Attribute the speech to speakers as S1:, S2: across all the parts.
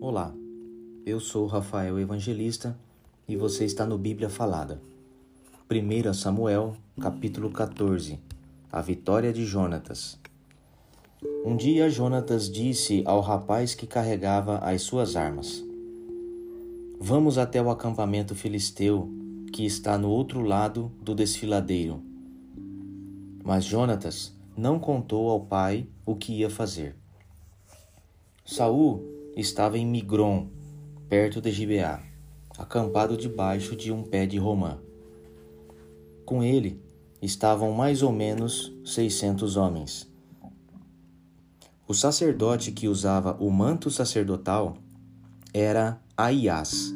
S1: Olá, eu sou Rafael Evangelista e você está no Bíblia Falada. 1 Samuel, capítulo 14. A vitória de Jonatas. Um dia Jonatas disse ao rapaz que carregava as suas armas: Vamos até o acampamento filisteu que está no outro lado do desfiladeiro. Mas Jonatas não contou ao pai o que ia fazer. Saul estava em Migrom, perto de Gibeá, acampado debaixo de um pé de romã. Com ele estavam mais ou menos 600 homens. O sacerdote que usava o manto sacerdotal era Aias,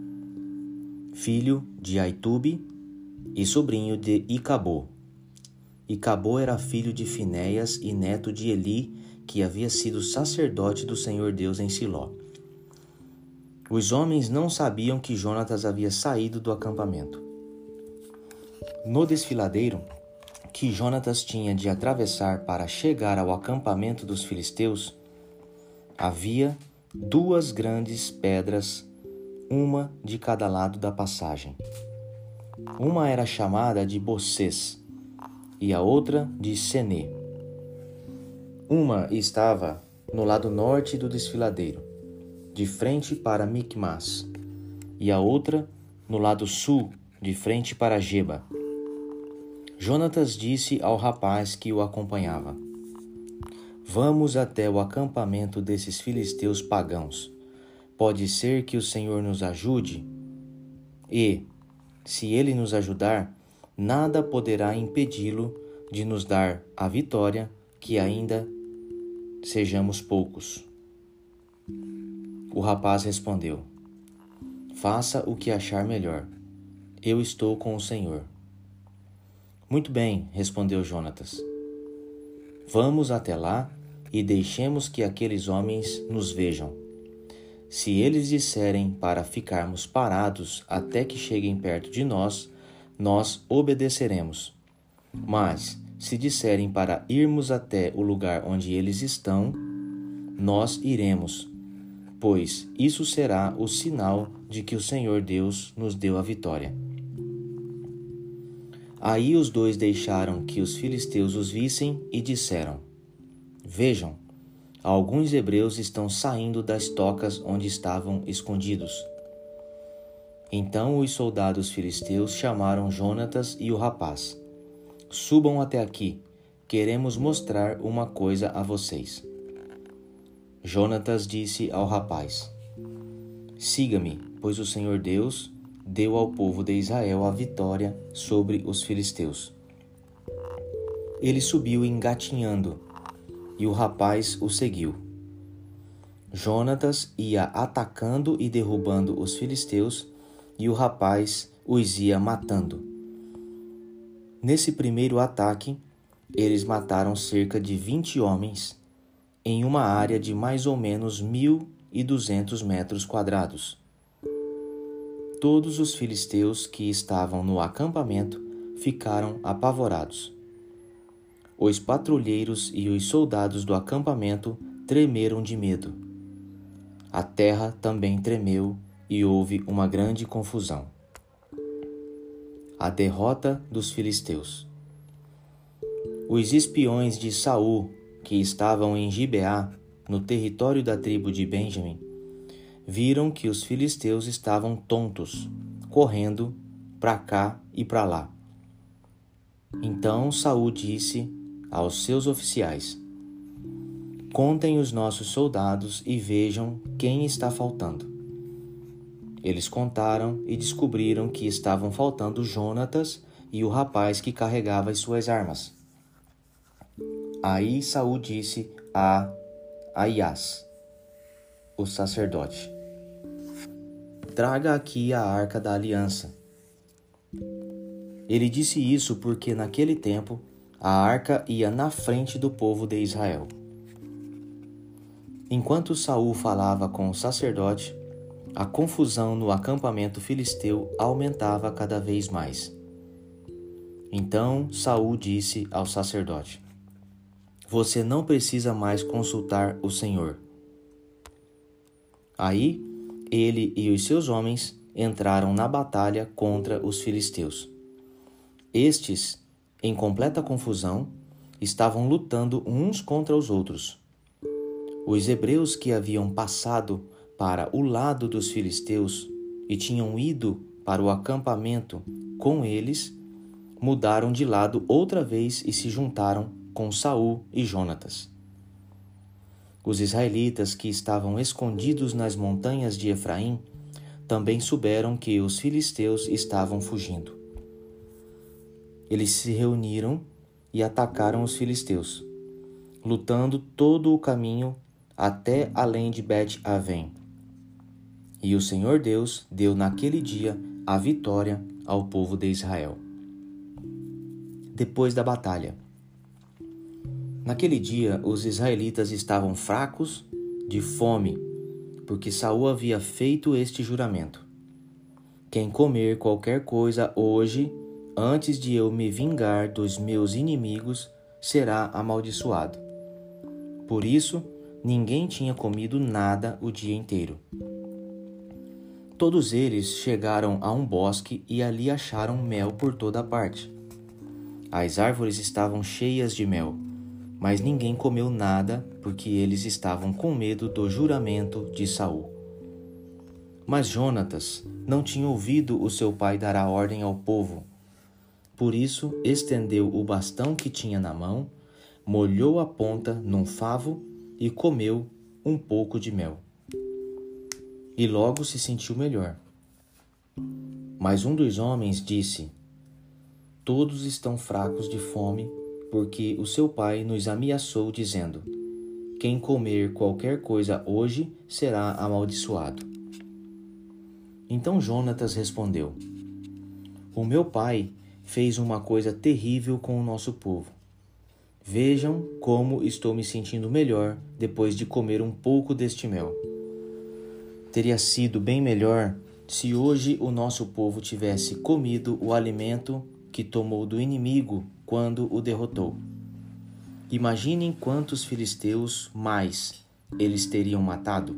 S1: filho de Aitube e sobrinho de Icabô. Icabô era filho de Finéias e neto de Eli, que havia sido sacerdote do Senhor Deus em Siló. Os homens não sabiam que Jonatas havia saído do acampamento. No desfiladeiro que Jonatas tinha de atravessar para chegar ao acampamento dos filisteus, havia 2 grandes pedras, uma de cada lado da passagem. Uma era chamada de Bocês e a outra de Senê. Uma estava no lado norte do desfiladeiro, de frente para Micmas, e a outra no lado sul, de frente para Geba. Jonatas disse ao rapaz que o acompanhava: Vamos até o acampamento desses filisteus pagãos. Pode ser que o Senhor nos ajude e, se ele nos ajudar, nada poderá impedi-lo de nos dar a vitória, que ainda sejamos poucos. O rapaz respondeu: Faça o que achar melhor. Eu estou com o Senhor. Muito bem, respondeu Jonatas. Vamos até lá e deixemos que aqueles homens nos vejam. Se eles disserem para ficarmos parados até que cheguem perto de nós, nós obedeceremos. Mas, se disserem para irmos até o lugar onde eles estão, nós iremos, pois isso será o sinal de que o Senhor Deus nos deu a vitória. Aí os 2 deixaram que os filisteus os vissem e disseram: Vejam, alguns hebreus estão saindo das tocas onde estavam escondidos. Então os soldados filisteus chamaram Jonatas e o rapaz: Subam até aqui, queremos mostrar uma coisa a vocês. Jonatas disse ao rapaz: Siga-me, pois o Senhor Deus deu ao povo de Israel a vitória sobre os filisteus. Ele subiu engatinhando, e o rapaz o seguiu. Jonatas ia atacando e derrubando os filisteus, e o rapaz os ia matando. Nesse primeiro ataque, eles mataram cerca de 20 homens, em uma área de mais ou menos 1.200 metros quadrados. Todos os filisteus que estavam no acampamento ficaram apavorados. Os patrulheiros e os soldados do acampamento tremeram de medo. A terra também tremeu e houve uma grande confusão. A derrota dos filisteus. Os espiões de Saul, que estavam em Gibeá, no território da tribo de Benjamim, viram que os filisteus estavam tontos, correndo para cá e para lá. Então Saul disse aos seus oficiais: Contem os nossos soldados e vejam quem está faltando. Eles contaram e descobriram que estavam faltando Jonatas e o rapaz que carregava as suas armas. Aí Saul disse a Aias, o sacerdote: Traga aqui a arca da aliança. Ele disse isso porque naquele tempo a arca ia na frente do povo de Israel. Enquanto Saul falava com o sacerdote, a confusão no acampamento filisteu aumentava cada vez mais. Então Saul disse ao sacerdote: Você não precisa mais consultar o Senhor. Aí ele e os seus homens entraram na batalha contra os filisteus. Estes, em completa confusão, estavam lutando uns contra os outros. Os hebreus que haviam passado para o lado dos filisteus e tinham ido para o acampamento com eles, mudaram de lado outra vez e se juntaram com Saul e Jonatas. Os israelitas que estavam escondidos nas montanhas de Efraim também souberam que os filisteus estavam fugindo. Eles se reuniram e atacaram os filisteus, lutando todo o caminho até além de Bet-Avém. E o Senhor Deus deu naquele dia a vitória ao povo de Israel. Depois da batalha. Naquele dia, os israelitas estavam fracos de fome, porque Saul havia feito este juramento: quem comer qualquer coisa hoje, antes de eu me vingar dos meus inimigos, será amaldiçoado. Por isso, ninguém tinha comido nada o dia inteiro. Todos eles chegaram a um bosque e ali acharam mel por toda parte. As árvores estavam cheias de mel, mas ninguém comeu nada porque eles estavam com medo do juramento de Saul. Mas Jonatas não tinha ouvido o seu pai dar a ordem ao povo. Por isso, estendeu o bastão que tinha na mão, molhou a ponta num favo e comeu um pouco de mel. E logo se sentiu melhor. Mas um dos homens disse: todos estão fracos de fome, porque o seu pai nos ameaçou, dizendo: quem comer qualquer coisa hoje será amaldiçoado. Então Jonatas respondeu: o meu pai fez uma coisa terrível com o nosso povo. Vejam como estou me sentindo melhor depois de comer um pouco deste mel. Teria sido bem melhor se hoje o nosso povo tivesse comido o alimento que tomou do inimigo quando o derrotou. Imaginem quantos filisteus mais eles teriam matado.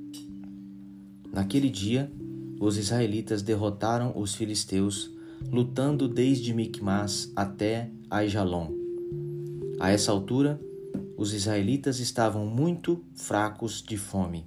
S1: Naquele dia, os israelitas derrotaram os filisteus, lutando desde Micmas até Aijalon. A essa altura, os israelitas estavam muito fracos de fome.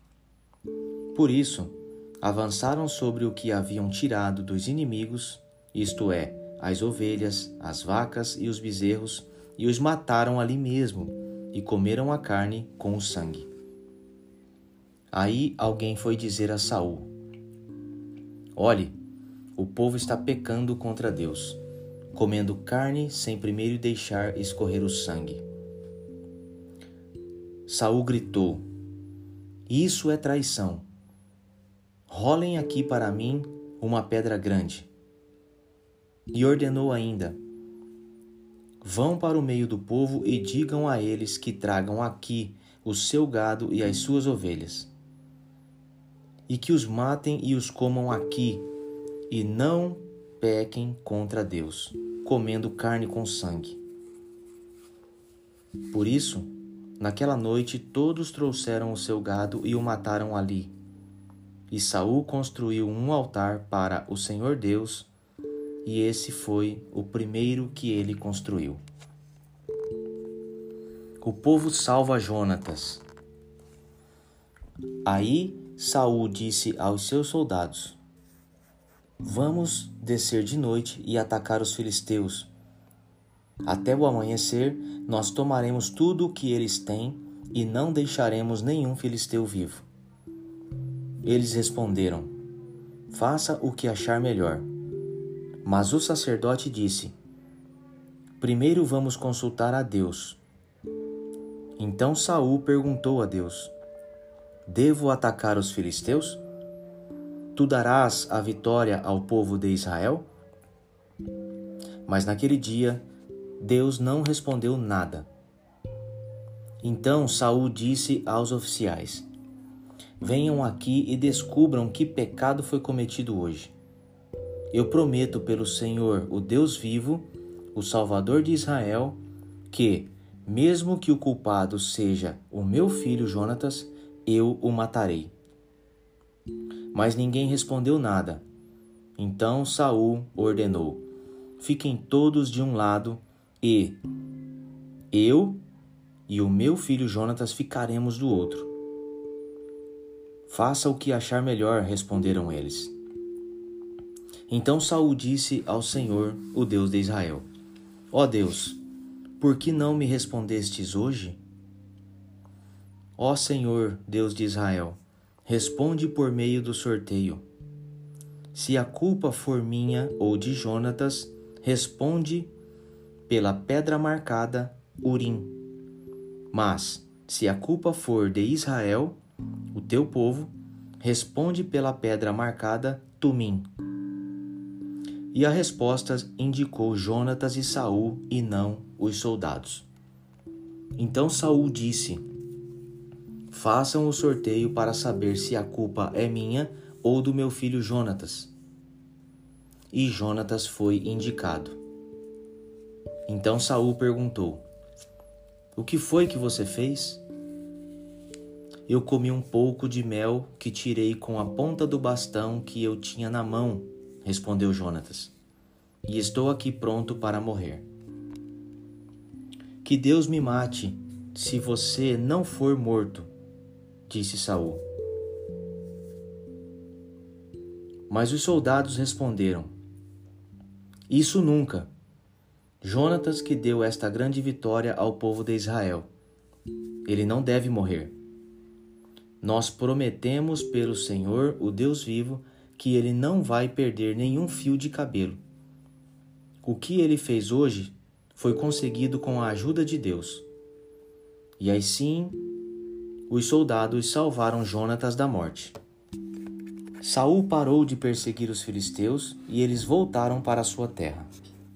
S1: Por isso, avançaram sobre o que haviam tirado dos inimigos, isto é, as ovelhas, as vacas e os bezerros, e os mataram ali mesmo, e comeram a carne com o sangue. Aí alguém foi dizer a Saul: olhe, o povo está pecando contra Deus, comendo carne sem primeiro deixar escorrer o sangue. Saul gritou: isso é traição. Rolem aqui para mim uma pedra grande. E ordenou ainda: vão para o meio do povo e digam a eles que tragam aqui o seu gado e as suas ovelhas, e que os matem e os comam aqui, e não pequem contra Deus, comendo carne com sangue. Por isso, naquela noite todos trouxeram o seu gado e o mataram ali. E Saul construiu um altar para o Senhor Deus, e esse foi o primeiro que ele construiu. O povo salva Jonatas. Aí Saul disse aos seus soldados: vamos descer de noite e atacar os filisteus. Até o amanhecer, nós tomaremos tudo o que eles têm e não deixaremos nenhum filisteu vivo. Eles responderam: faça o que achar melhor. Mas o sacerdote disse: primeiro vamos consultar a Deus. Então Saul perguntou a Deus: devo atacar os filisteus? Tu darás a vitória ao povo de Israel? Mas naquele dia, Deus não respondeu nada. Então Saul disse aos oficiais: venham aqui e descubram que pecado foi cometido hoje. Eu prometo pelo Senhor, o Deus vivo, o Salvador de Israel, que, mesmo que o culpado seja o meu filho Jonatas, eu o matarei. Mas ninguém respondeu nada. Então Saul ordenou: fiquem todos de um lado e eu e o meu filho Jonatas ficaremos do outro. Faça o que achar melhor, responderam eles. Então Saul disse ao Senhor, o Deus de Israel: Ó Deus, por que não me respondestes hoje? Ó Senhor, Deus de Israel, responde por meio do sorteio. Se a culpa for minha ou de Jonatas, responde pela pedra marcada Urim. Mas, se a culpa for de Israel, o teu povo, responde pela pedra marcada Tumim. E a resposta indicou Jonatas e Saul e não os soldados. Então Saul disse: façam o sorteio para saber se a culpa é minha ou do meu filho Jonatas. E Jonatas foi indicado. Então Saul perguntou: o que foi que você fez? Eu comi um pouco de mel que tirei com a ponta do bastão que eu tinha na mão, respondeu Jonatas, e estou aqui pronto para morrer. Que Deus me mate, se você não for morto, disse Saul. Mas os soldados responderam: isso nunca. Jonatas que deu esta grande vitória ao povo de Israel. Ele não deve morrer. Nós prometemos pelo Senhor, o Deus vivo, que ele não vai perder nenhum fio de cabelo. O que ele fez hoje foi conseguido com a ajuda de Deus. E assim, os soldados salvaram Jonatas da morte. Saul parou de perseguir os filisteus e eles voltaram para sua terra.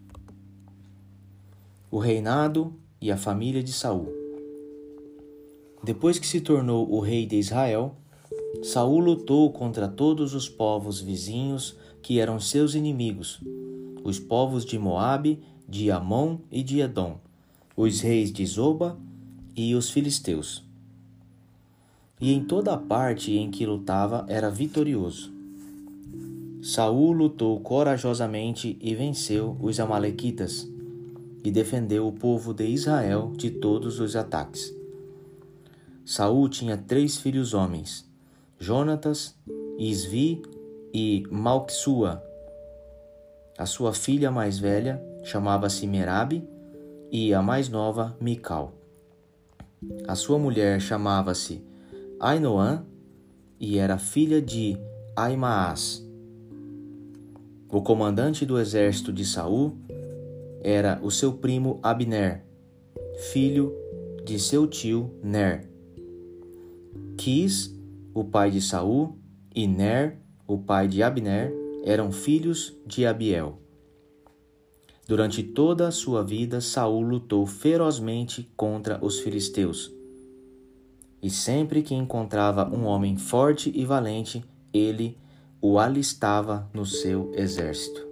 S1: O reinado e a família de Saul. Depois que se tornou o rei de Israel, Saul lutou contra todos os povos vizinhos que eram seus inimigos, os povos de Moabe, de Amon e de Edom, os reis de Zoba e os filisteus. E em toda a parte em que lutava era vitorioso. Saul lutou corajosamente e venceu os amalequitas e defendeu o povo de Israel de todos os ataques. Saul tinha 3 filhos homens, Jonatas, Isvi e Malquissua. A sua filha mais velha chamava-se Merabe e a mais nova Mical. A sua mulher chamava-se Ainoã e era filha de Aimaas. O comandante do exército de Saul era o seu primo Abner, filho de seu tio Ner. Quis, o pai de Saul, e Ner, o pai de Abner, eram filhos de Abiel. Durante toda a sua vida, Saul lutou ferozmente contra os filisteus. E sempre que encontrava um homem forte e valente, ele o alistava no seu exército.